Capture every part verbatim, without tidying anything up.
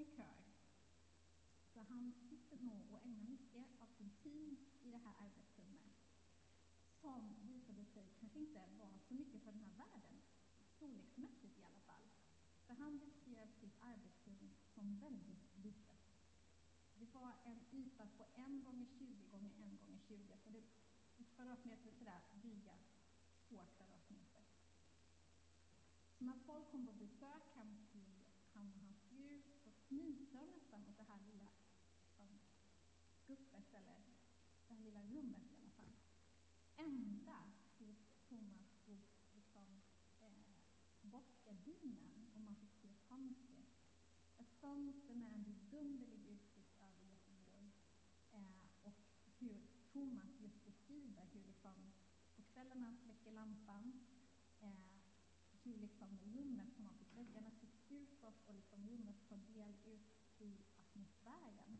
krönikör. Så han sitter nog och ägnar mycket av sin tid i det här arbetsrummet. Som visade sig kanske inte vara så mycket för den här världen. Storleksmässigt i alla fall. För han beskrev sitt arbetsrum som väldigt litet. Det var en yta på en gånger tjugo gånger en gånger tjugo. Så det är kvadratmeter sådär dryga två kvadratmeter. Så när folk kom på besök hem till han och hans fru så fnyste de nästan åt det här lilla som skuffet eller det här lilla rummet i alla fall. Ända tills Thomas tog liksom eh, bort gardinen och man fick se fönstret. Ett fönster med en vidunderlig utsikt över Göteborg. Eh, och hur Thomas just beskriver hur liksom på kvällen han släcker lampan eh, hur liksom rummet som man fick väggarna sitt utåt och liksom rummet tar del ut i atmosfären.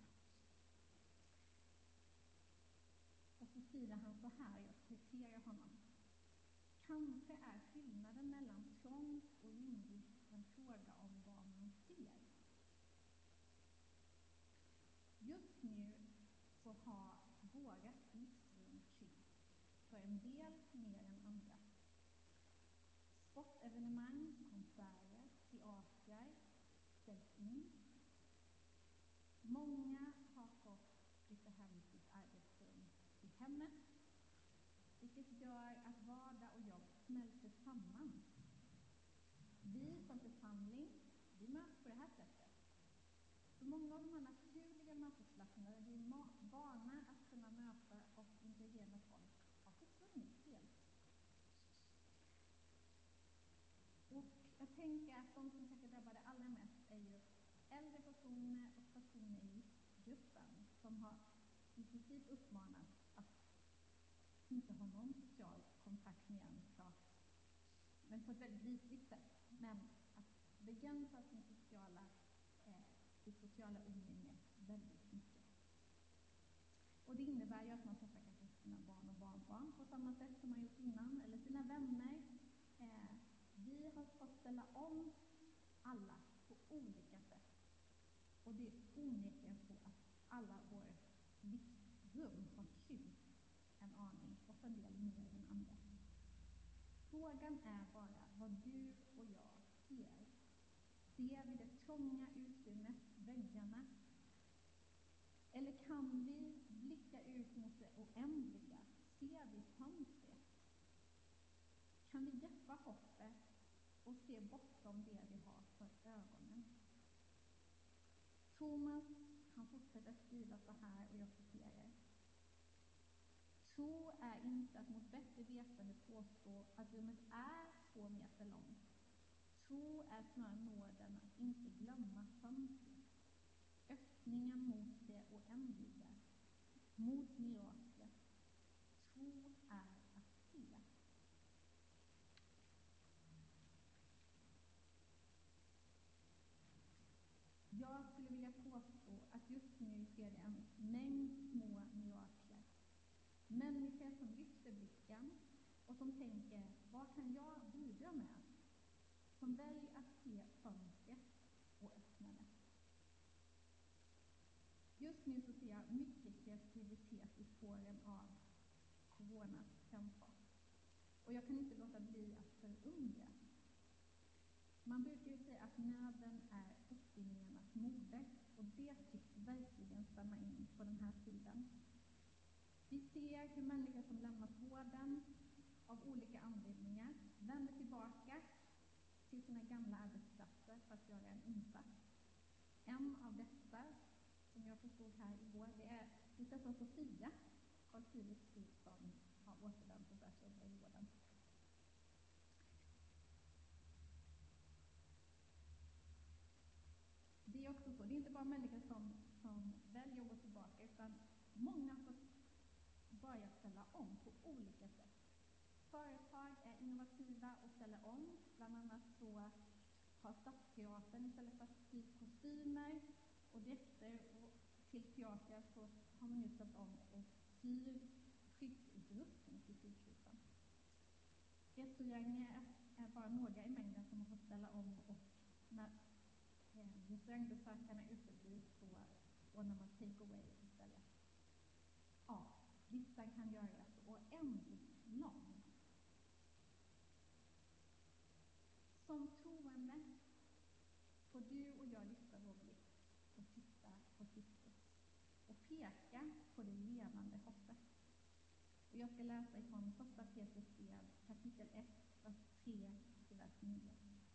Och så skriver han så här, jag citerar honom. Kanske är skillnaden mellan trångt och rymligt en fråga om vad man ser. Just nu så har våra livsrum krympt. För en del mer än andra. Sportevenemang, konserter, teatrar ställs in. Många har fått flytta hem sitt arbetsrum i hemmet, vilket gör att vardag och jobb smälter samman. Vi som församling, vi möts på det här sättet. Så många av de här naturliga mötesplatserna där vi är vana att kunna möta och interagera med folk har försvunnit helt. Och jag tänker att de som kanske drabbade allra mest är ju äldre personer och personer i gruppen som har i princip uppmanats att inte ha någon social kontakt med en klart, men på ett väldigt ytligt sätt, men att begränsa sin sociala, eh, sitt sociala umgänge väldigt mycket. Och det innebär ju att man träffar kanske sina barn och barnbarn på samma sätt som man gjort innan, eller sina vänner. Eh, vi har fått ställa om alla på olika sätt. Och det är onekligen så att alla våra livsrum har krympt en aning och för en del mer än andra. Frågan är bara vad du och jag ser. Ser vi det trånga utrymmet, väggarna? Eller kan vi blicka ut mot det oändliga? Ser vi fönstret? Kan vi greppa hoppet och se bortom det vi har för ögonen? Thomas, han fortsätter skriva så här, och jag citerar. Tro är inte att mot bättre vetande påstå att rummet är två meter långt. Tro är snarare nåden att inte glömma fönstret. Öppningen mot det oändliga, mot miraklet. Tro är att se. Jag skulle vilja påstå att just nu sker det en mängd små mirakler. Människor som lyfter blicken och som tänker, vad kan jag bidra med? Som väljer att se fönstret och öppna det. Just nu så ser jag mycket kreativitet i spåren av coronas framfart. Och jag kan inte låta bli att förundras. Man brukar ju säga att nöden är uppfinningarnas moder, och det tycks verkligen stämma in på den här tiden. Vi ser hur människor som lämnat vården av olika anledningar vänder tillbaka till sina gamla arbetsplatser för att göra en insats. En av dessa, som jag förstod här igår, det är prinsessan Sofia, Carl Philips fru, som har återvänt och börjat jobba i vården. Det är också så, det är inte bara människor som, som väljer att gå tillbaka, utan många har fått börja ställa om på olika sätt. Företag är innovativa och ställer om. Bland annat så har Stadsteatern istället för att sy kostymer och dräkter och till teatrar så har man nu ställt om och syr skyddsutrustning till sjukhusen. Restauranger är bara några i mängden som har fått ställa om och när, eh, restaurangbesökarna uteblir så ordnar man take away istället. Ja, listan kan göras oändligt lång. Som troende får du och jag lyfta vår blick och titta på Kristus och peka på det levande hoppet. Och jag ska läsa ifrån första Petrus brev, kapitel ett, vers tre till vers nio.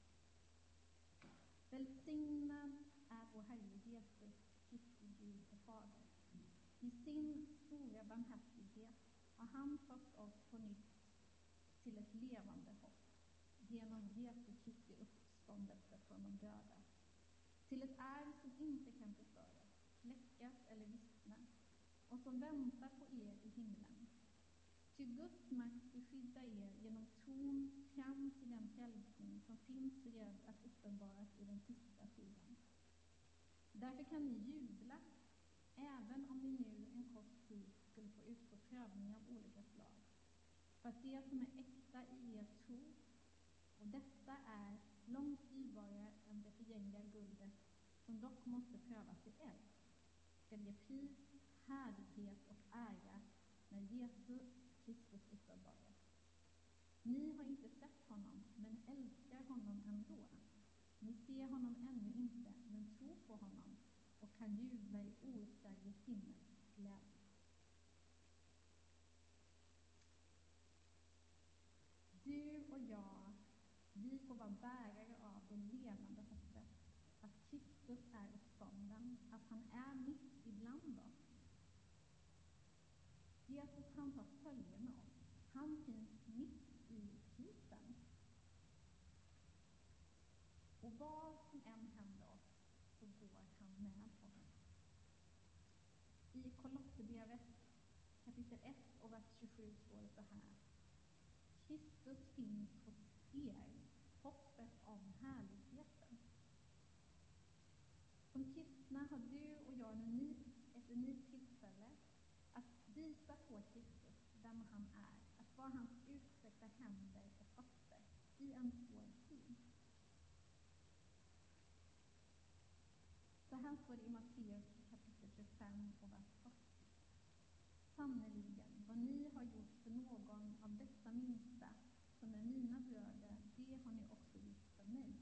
Välsignad är vår Herre Jesus, Kristi Gud och Fader. I sin stora barmhärtighet har han fått oss på nytt till ett levande hopp genom Jesu Kristi uppståndelse från de döda, till ett arv som inte kan förstöras, fläckas eller vissna, och som väntar på er i himlen. Ty Guds makt beskyddar er genom tron fram till den frälsning som finns beredd att uppenbaras i den sista tiden. Därför kan ni jubla, även om ni nu en kort tid skulle få utstå prövningar av olika slag. För att det som är äkta i er tro, och detta är långt dyrbarare än det förgängliga guldet, som dock måste prövas i eld, ska ge pris, härlighet och ära när Jesus Kristus uppenbaras. Ni har inte sett honom, men älskar honom ändå. Ni ser honom ännu inte, men tror på honom och kan jubla i outsäglig himmelsk glädje. Du och jag, vi får vara bärare av det levande hoppet, att Kristus är uppstånden, att han är mitt ibland oss. Jesus, han tar följe med oss. Han finns mitt i krisen. Och vad som än händer oss så går han med oss. I Kolosserbrevet kapitel ett och vers tjugosju står det så här: Kristus finns hos er, hoppet om härligheten. Som kristna har du och jag en unik, ett unikt tillfälle att visa på Kristus, vem han är, att vara hans utsträckta händer och fötter i en svår tid. Så här står det i Matteus kapitel tjugofem och vers fyrtio. Sannerligen, vad ni har gjort för någon av dessa minsta som är mina bröder, det har ni också gjort för mig.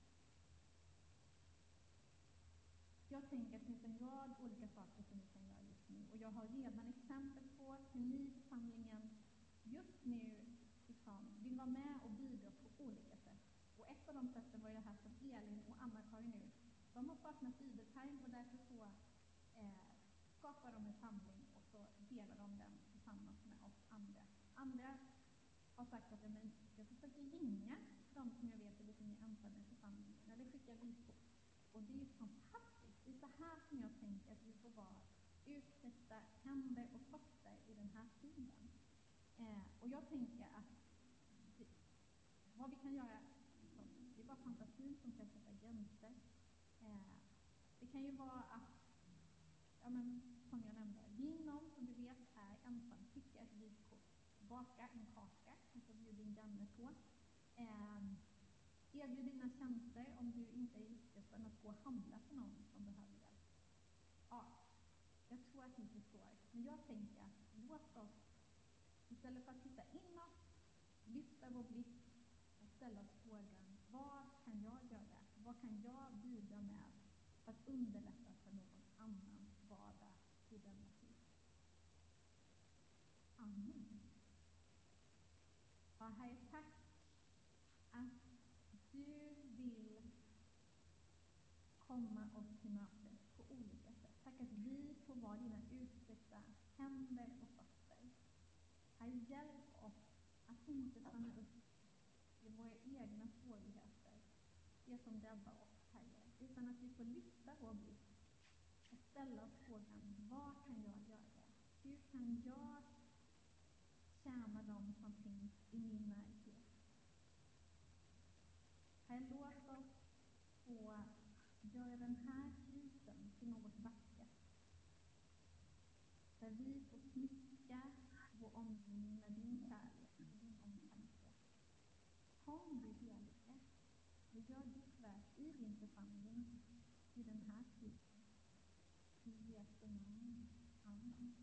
Jag tänker att det finns en rad olika saker som vi kan göra just nu. Och jag har redan exempel på hur ni i församlingen just nu liksom vill vara med och bidra på olika sätt. Och ett av de sätten var ju det här som Elin och Anna-Karin nu. De har startat bibeltime och därför så eh, skapar de en samling och så delar de den tillsammans med oss andra. Andra har sagt att men, jag försöker ringa de som jag vet är lite mer ensamma i församlingen eller skicka vykort. Och det är fantastiskt. Det är så här som jag tänker att vi får vara utsträckta händer och fötter i den här tiden. Eh, och jag tänker att det, vad vi kan göra, liksom, det är bara fantasin som kan sätta gränser. Eh, det kan ju vara att, ja men som jag nämnde, ring någon som du vet är ensam, skicka ett vykort, baka en kaka som du bjuder din granne på. Eh, Erbjud dina tjänster om du inte är yrkesman att gå och handla för någon som behöver hjälp. Ja, jag tror att ni förstår. Men jag tänker att låt oss, istället för att titta inåt, lyfta vår blick och ställa oss frågan: vad kan jag göra? Vad kan jag bidra med för att underlätta för någon annans vardag i denna tid? Amen. Ja, Herre, tack att du vill komma oss till mötes på olika sätt. Tack att vi får vara dina utsträckta händer och fötter. Herre, hjälp oss att inte stanna upp i våra egna svårigheter, det som drabbar oss, Herre, utan att vi får lyfta vår blick och ställa oss frågan: vad kan jag göra? Hur kan jag tjäna dem som finns i min närhet? Herre, låt oss få göra den här krisen till något vackert. Där vi får smycka vår omgivning med din kärlek och din omtanke. Kom du helige och gör ditt verk i din församling. Amen. Amen.